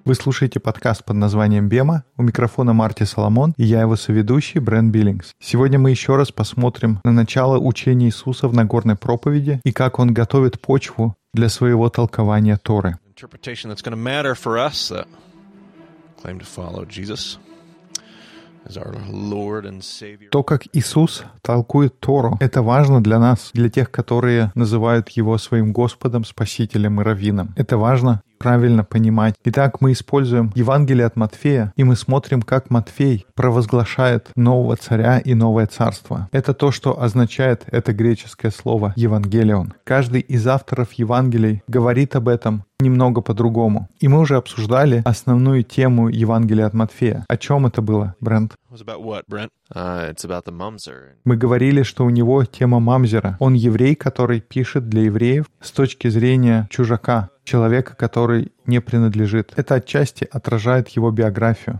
Вы слушаете подкаст под названием «Бема». У микрофона Марти Соломон, и я его соведущий Брент Биллингс. Сегодня мы еще раз посмотрим на начало учения Иисуса в Нагорной проповеди и как Он готовит почву для своего толкования Торы. То, как Иисус толкует Тору, это важно для нас, для тех, которые называют Его своим Господом, Спасителем и Раввином. Это важно правильно понимать. Итак, мы используем Евангелие от Матфея, и мы смотрим, как Матфей провозглашает нового царя и новое царство. Это то, что означает это греческое слово «евангелион». Каждый из авторов Евангелий говорит об этом немного по-другому. И мы уже обсуждали основную тему Евангелия от Матфея. О чем это было, Брент? Мы говорили, что у него тема мамзера. Он еврей, который пишет для евреев с точки зрения чужака, человека, который не принадлежит. Это отчасти отражает его биографию.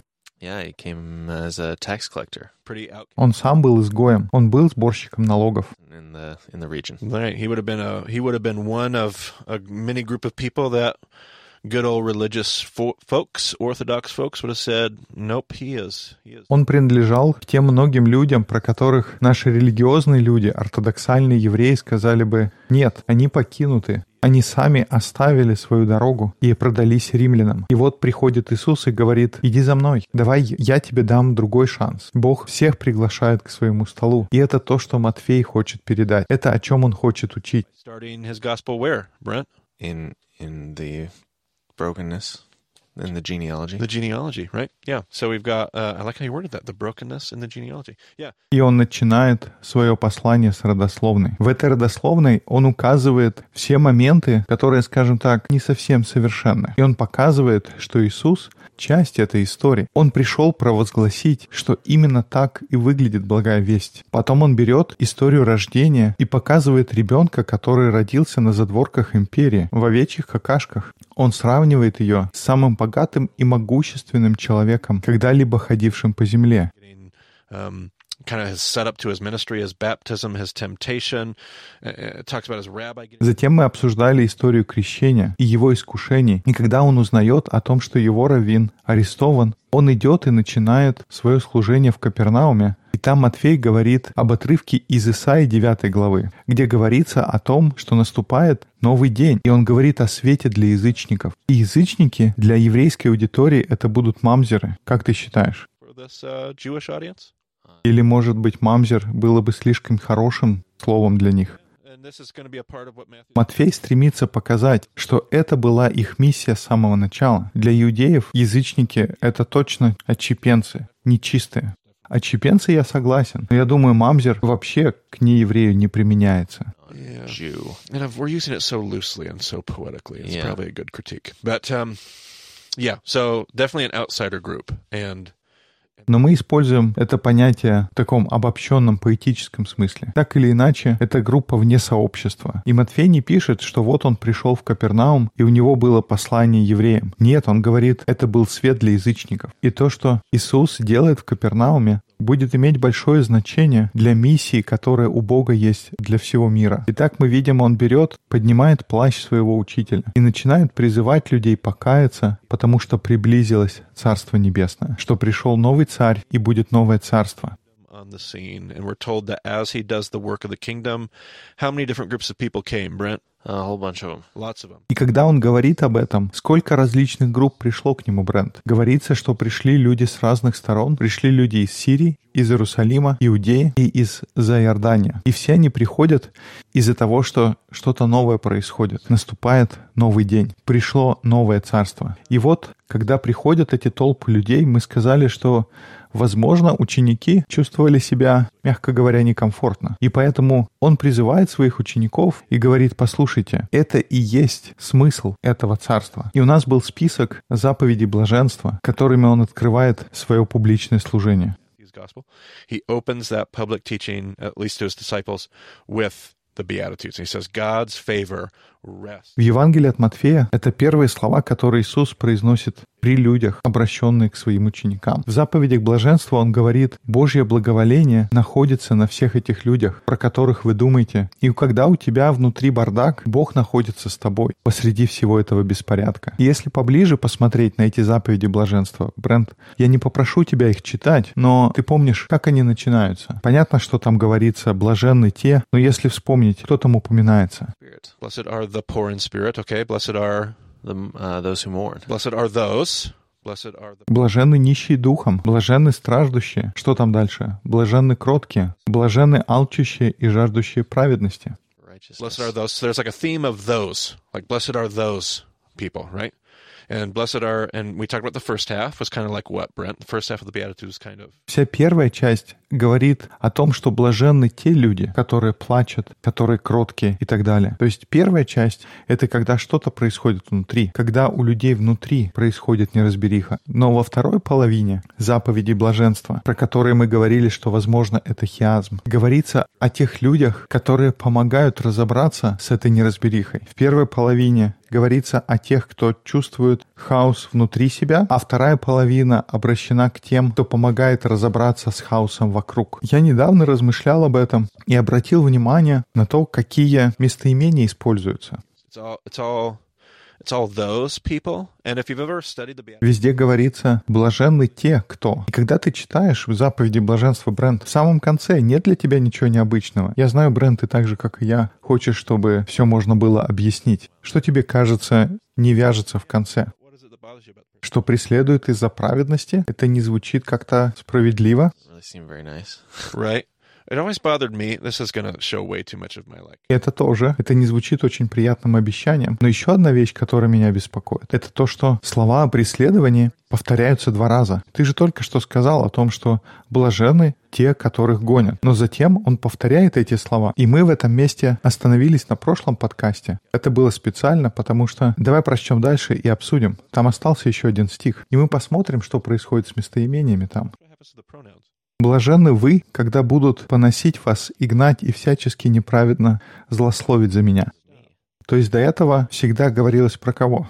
Он сам был изгоем. Он был сборщиком налогов. Good old religious folks, Orthodox folks would have said, nope, he is. Он принадлежал к тем многим людям, про которых наши религиозные люди, ортодоксальные евреи, сказали бы, нет, они покинуты. Они сами оставили свою дорогу и продались римлянам. И вот приходит Иисус и говорит, иди за мной, давай я тебе дам другой шанс. Бог всех приглашает к своему столу. И это то, что Матфей хочет передать. Это о чем он хочет учить. Brokenness in the genealogy. The genealogy, right? Yeah. So we've got, I like how you worded that, the brokenness in the genealogy. Yeah. И он начинает свое послание с родословной. В этой родословной он указывает все моменты, которые, скажем так, не совсем совершенны. И он показывает, что Иисус — часть этой истории. Он пришел провозгласить, что именно так и выглядит благая весть. Потом он берет историю рождения и показывает ребенка, который родился на задворках империи, в овечьих какашках. Он сравнивает ее с самым богатым и могущественным человеком, когда-либо ходившим по земле. Затем мы обсуждали историю крещения и его искушений. И когда он узнает о том, что его раввин арестован, он идет и начинает свое служение в Капернауме. И там Матфей говорит об отрывке из Исаии 9 главы, где говорится о том, что наступает новый день. И он говорит о свете для язычников. И язычники для еврейской аудитории это будут мамзеры. Как ты считаешь? Или, может быть, мамзер было бы слишком хорошим словом для них? Матфей стремится показать, что это была их миссия с самого начала. Для иудеев язычники — это точно отщепенцы, нечистые. Отщепенцы я согласен, но я думаю, мамзер вообще к нееврею не применяется. Но мы используем это понятие в таком обобщенном поэтическом смысле. Так или иначе, это группа вне сообщества. И Матфей не пишет, что вот он пришел в Капернаум, и у него было послание евреям. Нет, он говорит, это был свет для язычников. И то, что Иисус делает в Капернауме, будет иметь большое значение для миссии, которая у Бога есть для всего мира. Итак, мы видим, он берет, поднимает плащ своего учителя и начинает призывать людей покаяться, потому что приблизилось Царство Небесное, что пришел новый царь и будет новое царство. On the scene, and we're told that as he does the work of the kingdom, how many different groups of people came, Brent? A whole bunch of them. Lots of them. И когда он говорит об этом, сколько различных групп пришло к нему, Брент? Говорится, что пришли люди с разных сторон, пришли люди из Сирии, из Иерусалима, Иудеи и из-за Иордания. И все они приходят из-за того, что что-то новое происходит. Наступает новый день. Пришло новое царство. И вот, когда приходят эти толпы людей, мы сказали, что возможно, ученики чувствовали себя, мягко говоря, некомфортно. И поэтому он призывает своих учеников и говорит, послушайте, это и есть смысл этого царства. И у нас был список заповедей блаженства, которыми он открывает свое публичное служение. He opens that public teaching, at least to his disciples, with the Beatitudes. He says, God's favor rests. В Евангелии от Матфея это первые слова, которые Иисус произносит при людях, обращенные к своим ученикам. В заповедях блаженства он говорит: Божье благоволение находится на всех этих людях, про которых вы думаете. И когда у тебя внутри бардак, Бог находится с тобой посреди всего этого беспорядка. И если поближе посмотреть на эти заповеди блаженства, Брент, я не попрошу тебя их читать, но ты помнишь, как они начинаются. Понятно, что там говорится «блаженны те», но если вспомнить, кто там упоминается. Blessed are the poor in spirit, okay? Blessed are those who mourn. Blessed are those. Blessed are the... Блаженны нищие духом, блаженны страждущие. Что там дальше? Блаженны кроткие, блаженны алчущие и жаждущие праведности. Blessed are those. So there's like a theme of those. Like blessed are those people, right? And blessed are, and we talked about the first half was kind of like what, Brent? The first half of the Beatitudes kind of... Вся первая часть говорит о том, что блаженны те люди, которые плачут, которые кроткие и так далее. То есть первая часть — это когда что-то происходит внутри, когда у людей внутри происходит неразбериха. Но во второй половине заповедей блаженства, про которые мы говорили, что, возможно, это хиазм, говорится о тех людях, которые помогают разобраться с этой неразберихой. В первой половине говорится о тех, кто чувствует хаос внутри себя, а вторая половина обращена к тем, кто помогает разобраться с хаосом вокруг. Я недавно размышлял об этом и обратил внимание на то, какие местоимения используются. It's all those people. And if you've ever studied the Beatitudes... Везде говорится «блаженны те, кто». И когда ты читаешь в заповеди блаженства, Брент, в самом конце нет для тебя ничего необычного. Я знаю, Брент, ты так же, как и я, хочешь, чтобы все можно было объяснить. Что тебе кажется не вяжется в конце? Что преследует из-за праведности? Это не звучит как-то справедливо? Right? It always bothered me. This is going to show way too much of my like. Это не звучит очень приятным обещанием. Но еще одна вещь, которая меня беспокоит, это то, что слова о преследовании повторяются 2 раза. Ты же только что сказал о том, что блаженны те, которых гонят. Но затем он повторяет эти слова. И мы в этом месте остановились на прошлом подкасте. Это было специально, потому что... Давай прочтем дальше и обсудим. Там остался еще один стих. И мы посмотрим, что происходит с местоимениями там. «Блаженны вы, когда будут поносить вас и гнать и всячески неправедно злословить за меня». То есть до этого всегда говорилось про кого?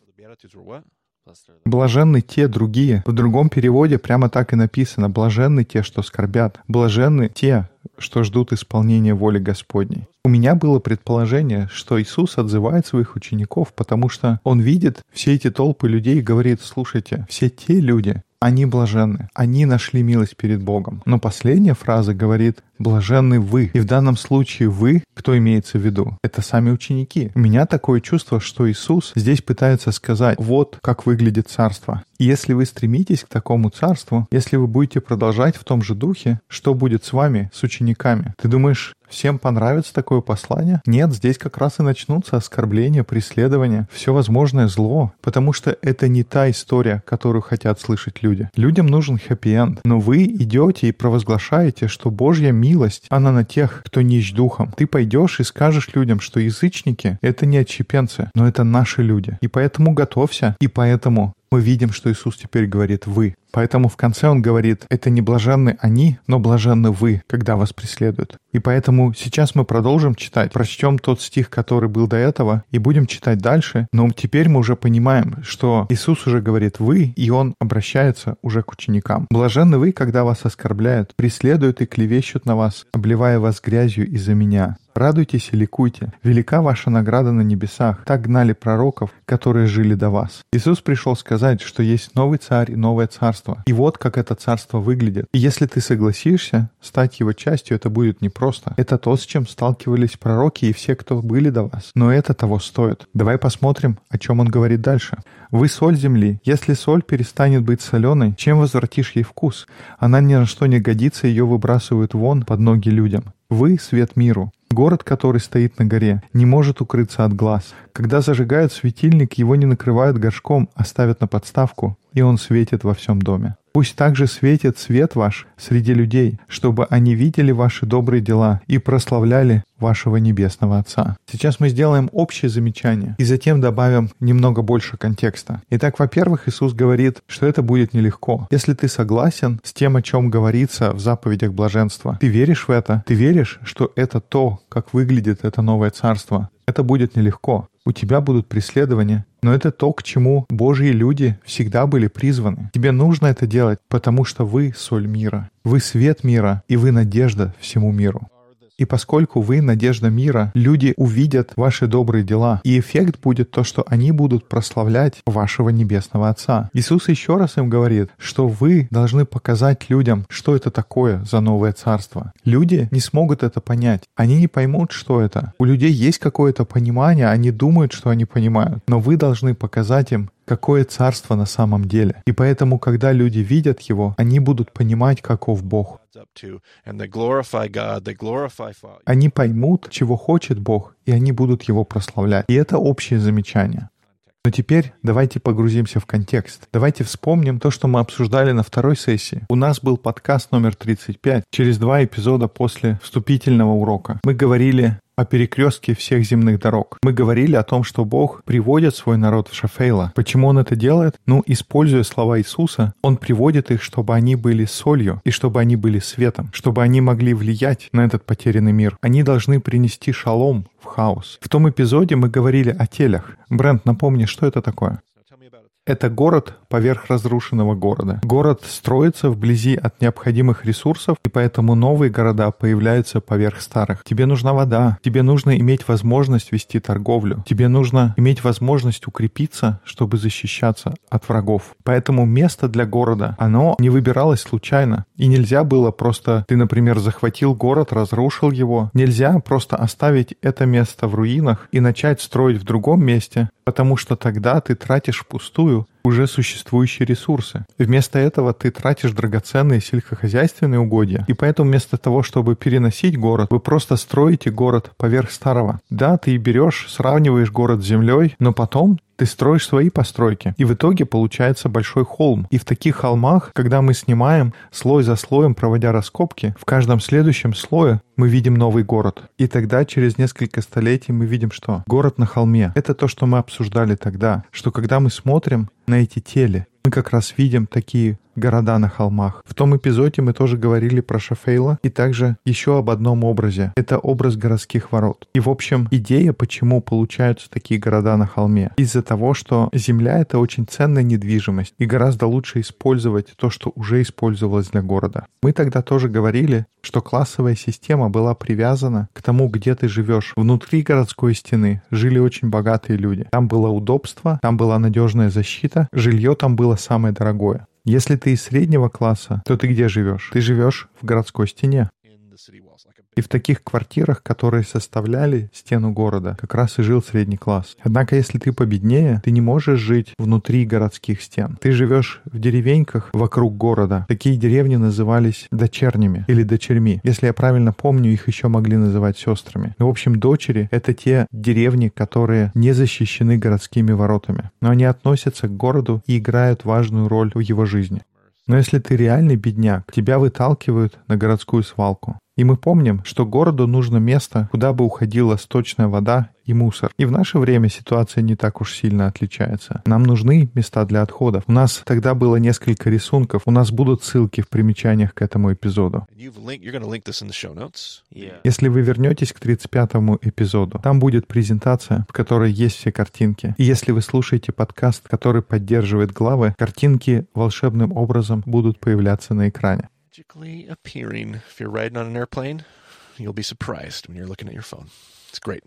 Блаженны те другие. В другом переводе прямо так и написано: блаженны те, что скорбят. Блаженны те, что ждут исполнения воли Господней. У меня было предположение, что Иисус отзывает своих учеников, потому что Он видит все эти толпы людей и говорит: слушайте, все те люди, они блаженны, они нашли милость перед Богом. Но последняя фраза говорит: блаженны вы. И в данном случае вы, кто имеется в виду? Это сами ученики. У меня такое чувство, что Иисус здесь пытается сказать: вот как выглядит царство. И если вы стремитесь к такому царству, если вы будете продолжать в том же духе, что будет с вами, с учениками? Ты думаешь, всем понравится такое послание? Нет, здесь как раз и начнутся оскорбления, преследования, все возможное зло, потому что это не та история, которую хотят слышать люди. Людям нужен хэппи-энд, но вы идете и провозглашаете, что Божья милость, она на тех, кто нищ духом. Ты пойдешь и скажешь людям, что язычники — это не отщепенцы, но это наши люди. И поэтому готовься, и поэтому мы видим, что Иисус теперь говорит «вы». Поэтому в конце Он говорит: это не блаженны они, но блаженны вы, когда вас преследуют. И поэтому сейчас мы продолжим читать, прочтем тот стих, который был до этого, и будем читать дальше. Но теперь мы уже понимаем, что Иисус уже говорит «вы», и Он обращается уже к ученикам. «Блаженны вы, когда вас оскорбляют, преследуют и клевещут на вас, обливая вас грязью из-за меня. Радуйтесь и ликуйте, велика ваша награда на небесах. Так гнали пророков, которые жили до вас». Иисус пришел сказать, что есть новый царь и новое царство. И вот как это царство выглядит. И если ты согласишься стать его частью, это будет непросто. Это то, с чем сталкивались пророки и все, кто были до вас. Но это того стоит. Давай посмотрим, о чем он говорит дальше. «Вы соль земли. Если соль перестанет быть соленой, чем возвратишь ей вкус? Она ни на что не годится, ее выбрасывают вон под ноги людям. Вы — свет миру. Город, который стоит на горе, не может укрыться от глаз. Когда зажигают светильник, его не накрывают горшком, а ставят на подставку, и он светит во всем доме. Пусть также светит свет ваш среди людей, чтобы они видели ваши добрые дела и прославляли вашего Небесного Отца». Сейчас мы сделаем общее замечание и затем добавим немного больше контекста. Итак, во-первых, Иисус говорит, что это будет нелегко. Если ты согласен с тем, о чем говорится в заповедях блаженства, ты веришь в это, ты веришь, что это то, как выглядит это новое царство, это будет нелегко. у тебя будут преследования. Но это то, к чему Божьи люди всегда были призваны. Тебе нужно это делать, потому что вы — соль мира. Вы — свет мира, и вы — надежда всему миру. И поскольку вы — надежда мира, люди увидят ваши добрые дела, и эффект будет то, что они будут прославлять вашего Небесного Отца. Иисус еще раз им говорит, что вы должны показать людям, что это такое за новое царство. Люди не смогут это понять. Они не поймут, что это. У людей есть какое-то понимание, они думают, что они понимают. Но вы должны показать им, какое царство на самом деле. И поэтому, когда люди видят его, они будут понимать, каков Бог. Они поймут, чего хочет Бог, и они будут его прославлять. И это общее замечание. Но теперь давайте погрузимся в контекст. Давайте вспомним то, что мы обсуждали на второй сессии. У нас был подкаст номер 35, через 2 эпизода после вступительного урока. Мы говорили о перекрестке всех земных дорог. Мы говорили о том, что Бог приводит свой народ в Шафейла. Почему Он это делает? Используя слова Иисуса, Он приводит их, чтобы они были солью и чтобы они были светом, чтобы они могли влиять на этот потерянный мир. Они должны принести шалом в хаос. В том эпизоде мы говорили о телях. Брент, напомни, что это такое? Это город поверх разрушенного города. Город строится вблизи от необходимых ресурсов, и поэтому новые города появляются поверх старых. Тебе нужна вода, тебе нужно иметь возможность вести торговлю, тебе нужно иметь возможность укрепиться, чтобы защищаться от врагов. Поэтому место для города, оно не выбиралось случайно. И нельзя было просто, ты, например, захватил город, разрушил его. Нельзя просто оставить это место в руинах и начать строить в другом месте, потому что тогда ты тратишь впустую уже существующие ресурсы. Вместо этого ты тратишь драгоценные сельскохозяйственные угодья. И поэтому вместо того, чтобы переносить город, вы просто строите город поверх старого. Да, ты берешь, сравниваешь город с землей, но потом ты строишь свои постройки. И в итоге получается большой холм. И в таких холмах, когда мы снимаем слой за слоем, проводя раскопки, в каждом следующем слое мы видим новый город. И тогда через несколько столетий мы видим что? Город на холме. Это то, что мы обсуждали тогда. Что когда мы смотрим на эти тели, мы как раз видим такие города на холмах. В том эпизоде мы тоже говорили про Шафейла и также еще об одном образе. Это образ городских ворот. И в общем, идея, почему получаются такие города на холме. Из-за того, что земля — это очень ценная недвижимость, и гораздо лучше использовать то, что уже использовалось для города. Мы тогда тоже говорили, что классовая система была привязана к тому, где ты живешь. Внутри городской стены жили очень богатые люди. Там было удобство, там была надежная защита, жилье там было самое дорогое. Если ты из среднего класса, то ты где живешь? Ты живешь в городской стене. И в таких квартирах, которые составляли стену города, как раз и жил средний класс. Однако, если ты победнее, ты не можешь жить внутри городских стен. Ты живешь в деревеньках вокруг города. Такие деревни назывались дочерними или дочерьми. Если я правильно помню, их еще могли называть сестрами. В общем, дочери — это те деревни, которые не защищены городскими воротами. Но они относятся к городу и играют важную роль в его жизни. Но если ты реальный бедняк, тебя выталкивают на городскую свалку. И мы помним, что городу нужно место, куда бы уходила сточная вода и мусор. И в наше время ситуация не так уж сильно отличается. Нам нужны места для отходов. У нас тогда было несколько рисунков. У нас будут ссылки в примечаниях к этому эпизоду. Если вы вернетесь к 35-му эпизоду, там будет презентация, в которой есть все картинки. И если вы слушаете подкаст, который поддерживает главы, картинки волшебным образом будут появляться на экране. Appearing. If you're riding on an airplane, you'll be surprised when you're looking at your phone. It's great.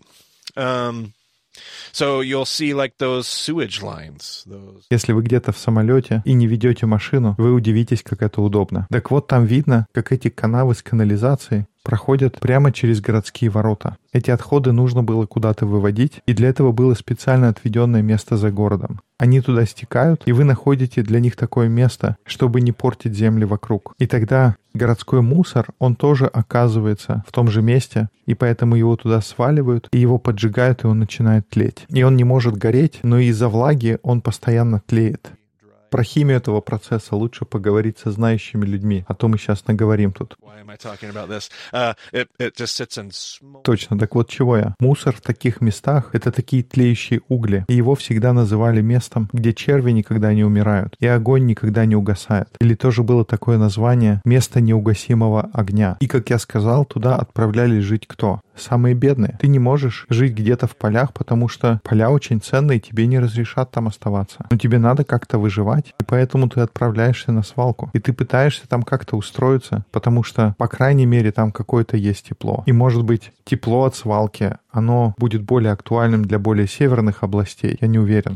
So you'll see like those sewage lines. Если вы где-то в самолете и не ведете машину, вы удивитесь, как это удобно. Так вот, там видно, как эти канавы с канализацией проходят прямо через городские ворота. Эти отходы нужно было куда-то выводить, и для этого было специально отведенное место за городом. Они туда стекают, и вы находите для них такое место, чтобы не портить земли вокруг. И тогда городской мусор, он тоже оказывается в том же месте, и поэтому его туда сваливают, и его поджигают, и он начинает тлеть. И он не может гореть, но из-за влаги он постоянно тлеет. Про химию этого процесса лучше поговорить со знающими людьми, а то мы сейчас наговорим тут. Точно, так вот чего я. Мусор в таких местах — это такие тлеющие угли, и его всегда называли местом, где черви никогда не умирают, и огонь никогда не угасает. Или тоже было такое название «место неугасимого огня». И, как я сказал, туда отправлялись жить кто? Самые бедные. Ты не можешь жить где-то в полях, потому что поля очень ценные, тебе не разрешат там оставаться. Но тебе надо как-то выживать, и поэтому ты отправляешься на свалку. И ты пытаешься там как-то устроиться, потому что, по крайней мере, там какое-то есть тепло. И, может быть, тепло от свалки, оно будет более актуальным для более северных областей. Я не уверен.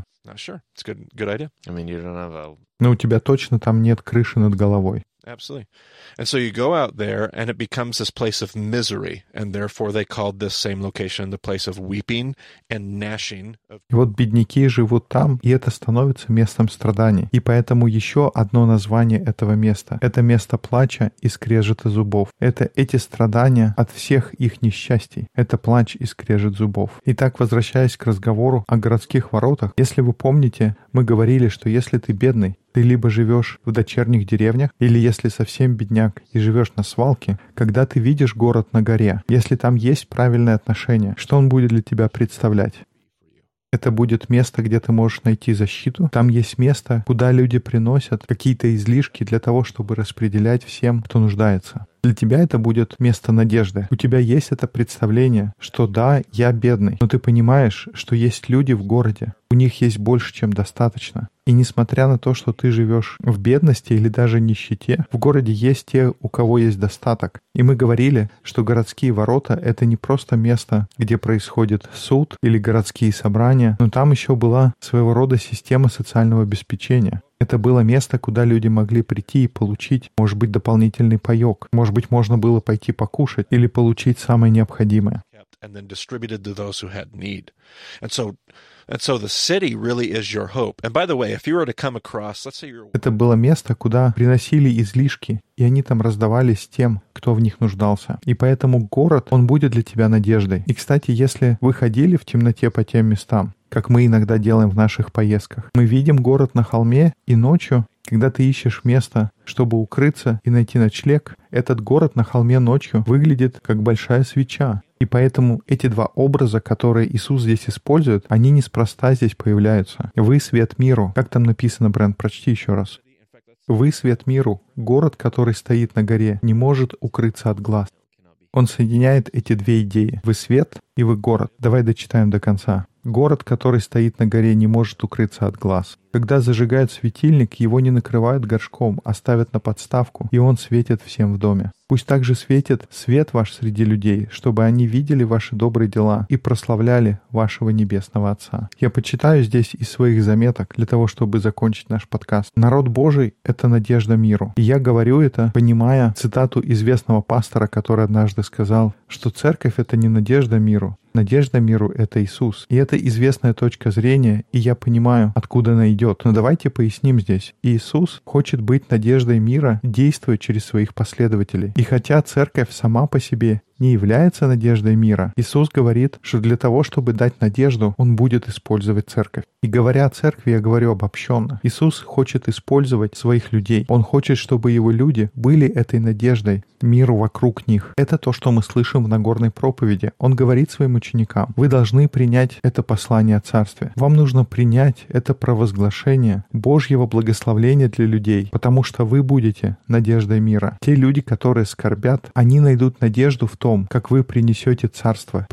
Но у тебя точно там нет крыши над головой. Absolutely. And so you go out there, and it becomes this place of misery, and therefore they called this same location the place of weeping and gnashing. И вот бедняки живут там, и это становится местом страданий. И поэтому еще одно название этого места — это место плача и скрежета зубов. Это эти страдания от всех их несчастий. Это плач и скрежет зубов. Итак, возвращаясь к разговору о городских воротах, если вы помните, мы говорили, что если ты бедный, ты либо живешь в дочерних деревнях, или если совсем бедняк и живешь на свалке, когда ты видишь город на горе, если там есть правильное отношение, что он будет для тебя представлять? Это будет место, где ты можешь найти защиту. Там есть место, куда люди приносят какие-то излишки для того, чтобы распределять всем, кто нуждается. Для тебя это будет место надежды. У тебя есть это представление, что да, я бедный, но ты понимаешь, что есть люди в городе. У них есть больше, чем достаточно. И несмотря на то, что ты живешь в бедности или даже нищете, в городе есть те, у кого есть достаток. И мы говорили, что городские ворота — это не просто место, где происходит суд или городские собрания, но там еще была своего рода система социального обеспечения. Это было место, куда люди могли прийти и получить, может быть, дополнительный паёк. Может быть, можно было пойти покушать или получить самое необходимое. Это было место, куда приносили излишки, и они там раздавались тем, кто в них нуждался. И поэтому город, он будет для тебя надеждой. И, кстати, если вы ходили в темноте по тем местам, как мы иногда делаем в наших поездках, мы видим город на холме, и ночью, когда ты ищешь место, чтобы укрыться и найти ночлег, этот город на холме ночью выглядит как большая свеча. И поэтому эти два образа, которые Иисус здесь использует, они неспроста здесь появляются. «Вы — свет миру». Как там написано, Брент? Прочти еще раз. «Вы — свет миру». Город, который стоит на горе, не может укрыться от глаз. Он соединяет эти две идеи. Вы — свет, и вы — город. Давай дочитаем до конца. Город, который стоит на горе, не может укрыться от глаз. Когда зажигают светильник, его не накрывают горшком, а ставят на подставку, и он светит всем в доме. Пусть также светит свет ваш среди людей, чтобы они видели ваши добрые дела и прославляли вашего Небесного Отца. Я почитаю здесь из своих заметок для того, чтобы закончить наш подкаст. Народ Божий — это надежда миру. И я говорю это, понимая цитату известного пастора, который однажды сказал, что церковь — это не надежда миру. Надежда миру — это Иисус. И это известная точка зрения, и я понимаю, откуда она идет. Но давайте поясним здесь. Иисус хочет быть надеждой мира, действуя через своих последователей. И хотя церковь сама по себе не является надеждой мира, Иисус говорит, что для того, чтобы дать надежду, Он будет использовать церковь. И говоря о церкви, я говорю обобщенно. Иисус хочет использовать своих людей. Он хочет, чтобы Его люди были этой надеждой миру вокруг них. Это то, что мы слышим в Нагорной проповеди. Он говорит своим ученикам: вы должны принять это послание о Царстве. Вам нужно принять это провозглашение Божьего благословления для людей, потому что вы будете надеждой мира. Те люди, которые скорбят, они найдут надежду в том, как вы принесете царство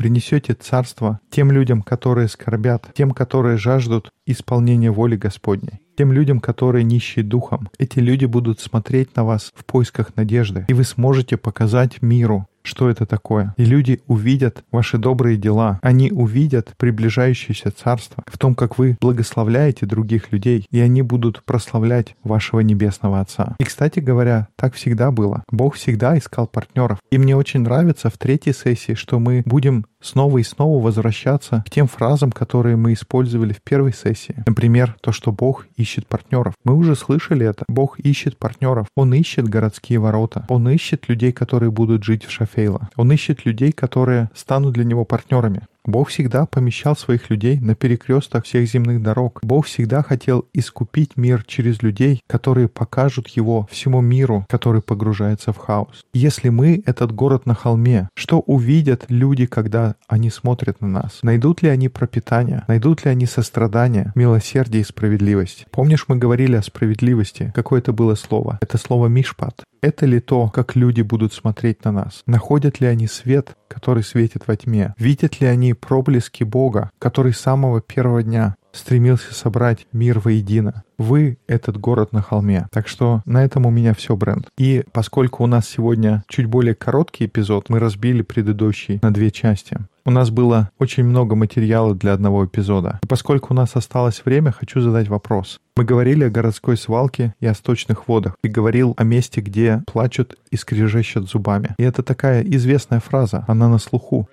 тем людям, которые скорбят, тем, которые жаждут исполнения воли Господней, тем людям, которые нищие духом. Эти люди будут смотреть на вас в поисках надежды, и вы сможете показать миру, что это такое. И люди увидят ваши добрые дела. Они увидят приближающееся царство в том, как вы благословляете других людей, и они будут прославлять вашего Небесного Отца. И, кстати говоря, так всегда было. Бог всегда искал партнеров. И мне очень нравится в 3-й сессии, что мы будем снова и снова возвращаться к тем фразам, которые мы использовали в 1-й сессии. Например, то, что Бог ищет партнеров. Мы уже слышали это. Бог ищет партнеров. Он ищет городские ворота. Он ищет людей, которые будут жить в Шафейла. Он ищет людей, которые станут для него партнерами. Бог всегда помещал своих людей на перекрестках всех земных дорог. Бог всегда хотел искупить мир через людей, которые покажут его всему миру, который погружается в хаос. Если мы — этот город на холме, что увидят люди, когда они смотрят на нас? Найдут ли они пропитание? Найдут ли они сострадание, милосердие и справедливость? Помнишь, мы говорили о справедливости? Какое это было слово? Это слово «мишпат». Это ли то, как люди будут смотреть на нас? Находят ли они свет, который светит во тьме? Видят ли они проблески Бога, который с самого первого дня стремился собрать мир воедино? Вы — этот город на холме. Так что на этом у меня все, Брент. И поскольку у нас сегодня чуть более короткий эпизод, мы разбили предыдущий на 2 части. У нас было очень много материала для одного эпизода. И поскольку у нас осталось время, хочу задать вопрос. Мы говорили о городской свалке и о сточных водах. Ты говорил о месте, где плачут и скрежещут зубами. И это такая известная фраза, она на слуху.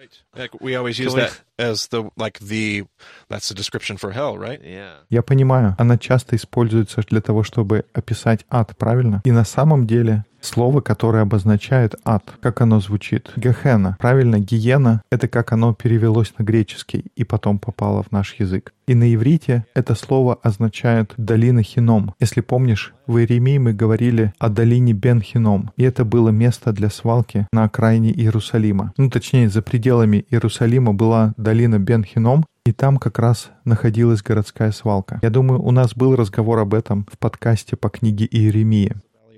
Я понимаю, она часто используется для того, чтобы описать ад, правильно? И на самом деле слово, которое обозначает ад, как оно звучит. Гехена. Правильно, гиена — это как оно перевелось на греческий и потом попало в наш язык. И на иврите это слово означает «долина Хином». Если помнишь, в Иеремии мы говорили о долине Бен-Хином, и это было место для свалки на окраине Иерусалима. Точнее, за пределами Иерусалима была долина Бен-Хином, и там как раз находилась городская свалка. Я думаю, у нас был разговор об этом в подкасте по книге Иеремии.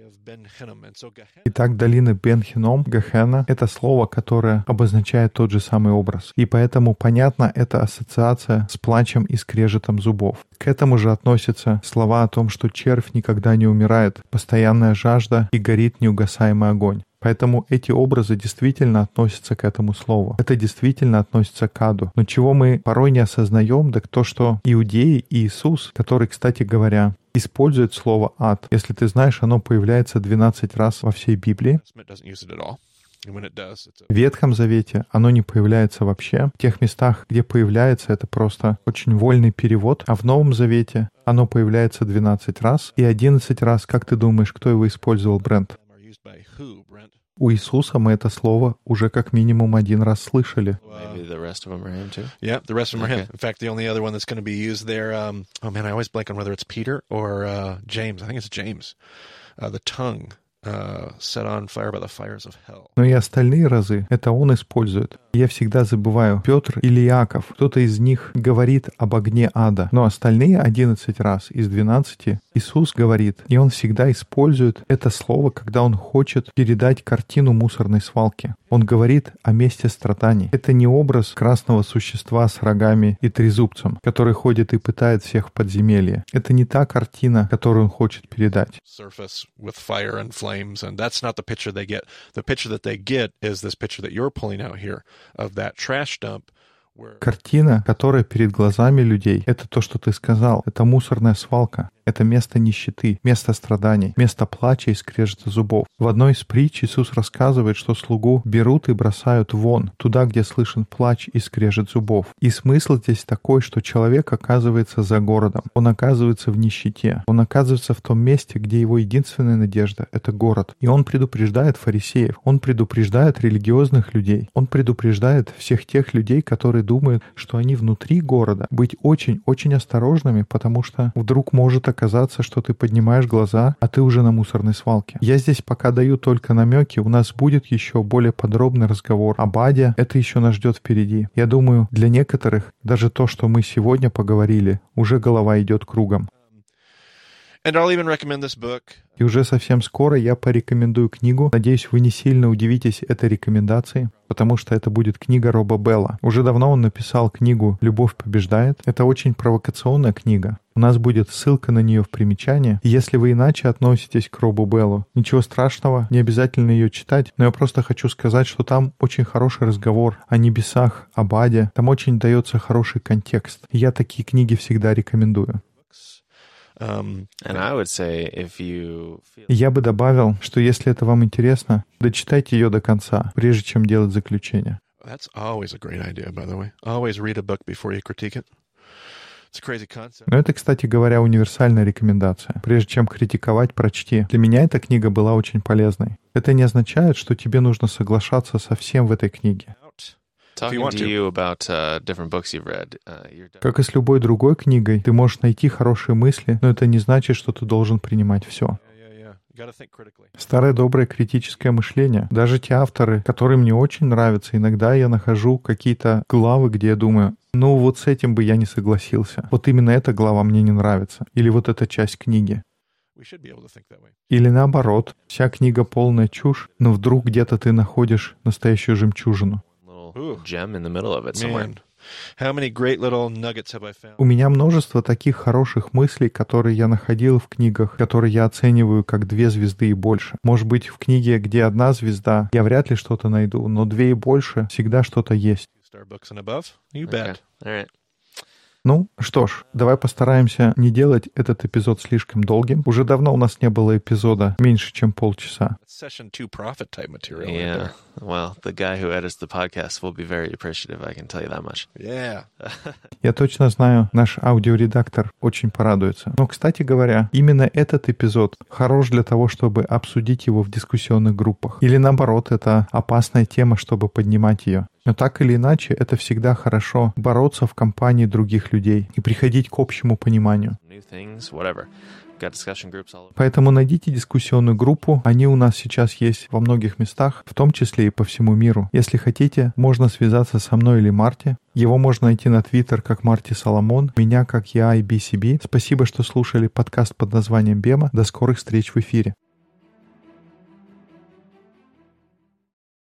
Итак, долина Бен-Хином, Гехена — это слово, которое обозначает тот же самый образ. И поэтому, понятно, это ассоциация с плачем и скрежетом зубов. К этому же относятся слова о том, что червь никогда не умирает, постоянная жажда и горит неугасаемый огонь. Поэтому эти образы действительно относятся к этому слову. Это действительно относится к аду. Но чего мы порой не осознаем, так то, что иудеи и Иисус, который, кстати говоря, использует слово «ад». Если ты знаешь, оно появляется 12 раз во всей Библии. В Ветхом Завете оно не появляется вообще. В тех местах, где появляется, это просто очень вольный перевод. А в Новом Завете оно появляется 12 раз. И 11 раз, как ты думаешь, кто его использовал, Брент? У Иисуса мы это слово уже как минимум 1 раз слышали. Yeah, the rest of them are him. In fact, the only other one that's going to be used there, I always blank on whether it's Peter or James. I think it's James. The tongue set on fire by the fires of hell. Но и остальные разы это он использует. Я всегда забываю, Петр или Иаков, кто-то из них говорит об огне ада. Но остальные 11 раз из 12 Иисус говорит, и он всегда использует это слово, когда он хочет передать картину мусорной свалки. Он говорит о месте страданий. Это не образ красного существа с рогами и трезубцем, который ходит и пытает всех в подземелье. Это не та картина, которую он хочет передать. And that's not the picture they get. The picture that they get is this picture that you're pulling out here of that trash dump. Картина, которая перед глазами людей, это то, что ты сказал. Это мусорная свалка. Это место нищеты, место страданий, место плача и скрежета зубов. В одной из притч Иисус рассказывает, что слугу берут и бросают вон, туда, где слышен плач и скрежет зубов. И смысл здесь такой, что человек оказывается за городом. Он оказывается в нищете. Он оказывается в том месте, где его единственная надежда — это город. И он предупреждает фарисеев. Он предупреждает религиозных людей. Он предупреждает всех тех людей, которые думают, что они внутри города. Быть очень-очень осторожными, потому что вдруг может оказаться, что ты поднимаешь глаза, а ты уже на мусорной свалке. Я здесь пока даю только намеки, у нас будет еще более подробный разговор об аде, это еще нас ждет впереди. Я думаю, для некоторых даже то, что мы сегодня поговорили, уже голова идет кругом. And I'll even recommend this book. И уже совсем скоро я порекомендую книгу. Надеюсь, вы не сильно удивитесь этой рекомендации, потому что это будет книга Роба Белла. Уже давно он написал книгу «Любовь побеждает». Это очень провокационная книга. У нас будет ссылка на нее в примечании. И если вы иначе относитесь к Робу Беллу, ничего страшного, не обязательно ее читать, но я просто хочу сказать, что там очень хороший разговор о небесах, об аде. Там очень дается хороший контекст. И я такие книги всегда рекомендую. Я бы добавил, что если это вам интересно, дочитайте ее до конца, прежде чем делать заключение. Но это, кстати говоря, универсальная рекомендация. Прежде чем критиковать, прочти. Для меня эта книга была очень полезной. Это не означает, что тебе нужно соглашаться со всем в этой книге. Talking to you about different books you've read, Как и с любой другой книгой, ты можешь найти хорошие мысли, но это не значит, что ты должен принимать все. Старое доброе критическое мышление. Даже те авторы, которые мне очень нравятся, иногда я нахожу какие-то главы, где я думаю, ну вот с этим бы я не согласился. Вот именно эта глава мне не нравится. Или вот эта часть книги. Или наоборот, вся книга полная чушь, но вдруг где-то ты находишь настоящую жемчужину. Gem in the middle of it somewhere. У меня множество таких хороших мыслей, которые я находил в книгах, которые я оцениваю как 2 звезды и больше. Может быть, в книге, где 1 звезда, я вряд ли что-то найду, но 2 и больше всегда что-то есть. Ну, что ж, давай постараемся не делать этот эпизод слишком долгим. Уже давно у нас не было эпизода меньше, чем полчаса. Yeah. Well, the guy who edits the podcast will be very appreciative, I can tell you that much. Yeah. Я точно знаю, наш аудиоредактор очень порадуется. Но, кстати говоря, именно этот эпизод хорош для того, чтобы обсудить его в дискуссионных группах. Или наоборот, это опасная тема, чтобы поднимать ее. Но так или иначе, это всегда хорошо бороться в компании других людей и приходить к общему пониманию. Поэтому найдите дискуссионную группу. Они у нас сейчас есть во многих местах, в том числе и по всему миру. Если хотите, можно связаться со мной или Марти. Его можно найти на Twitter как Марти Соломон, меня как EIBCB. Спасибо, что слушали подкаст под названием «Бема». До скорых встреч в эфире.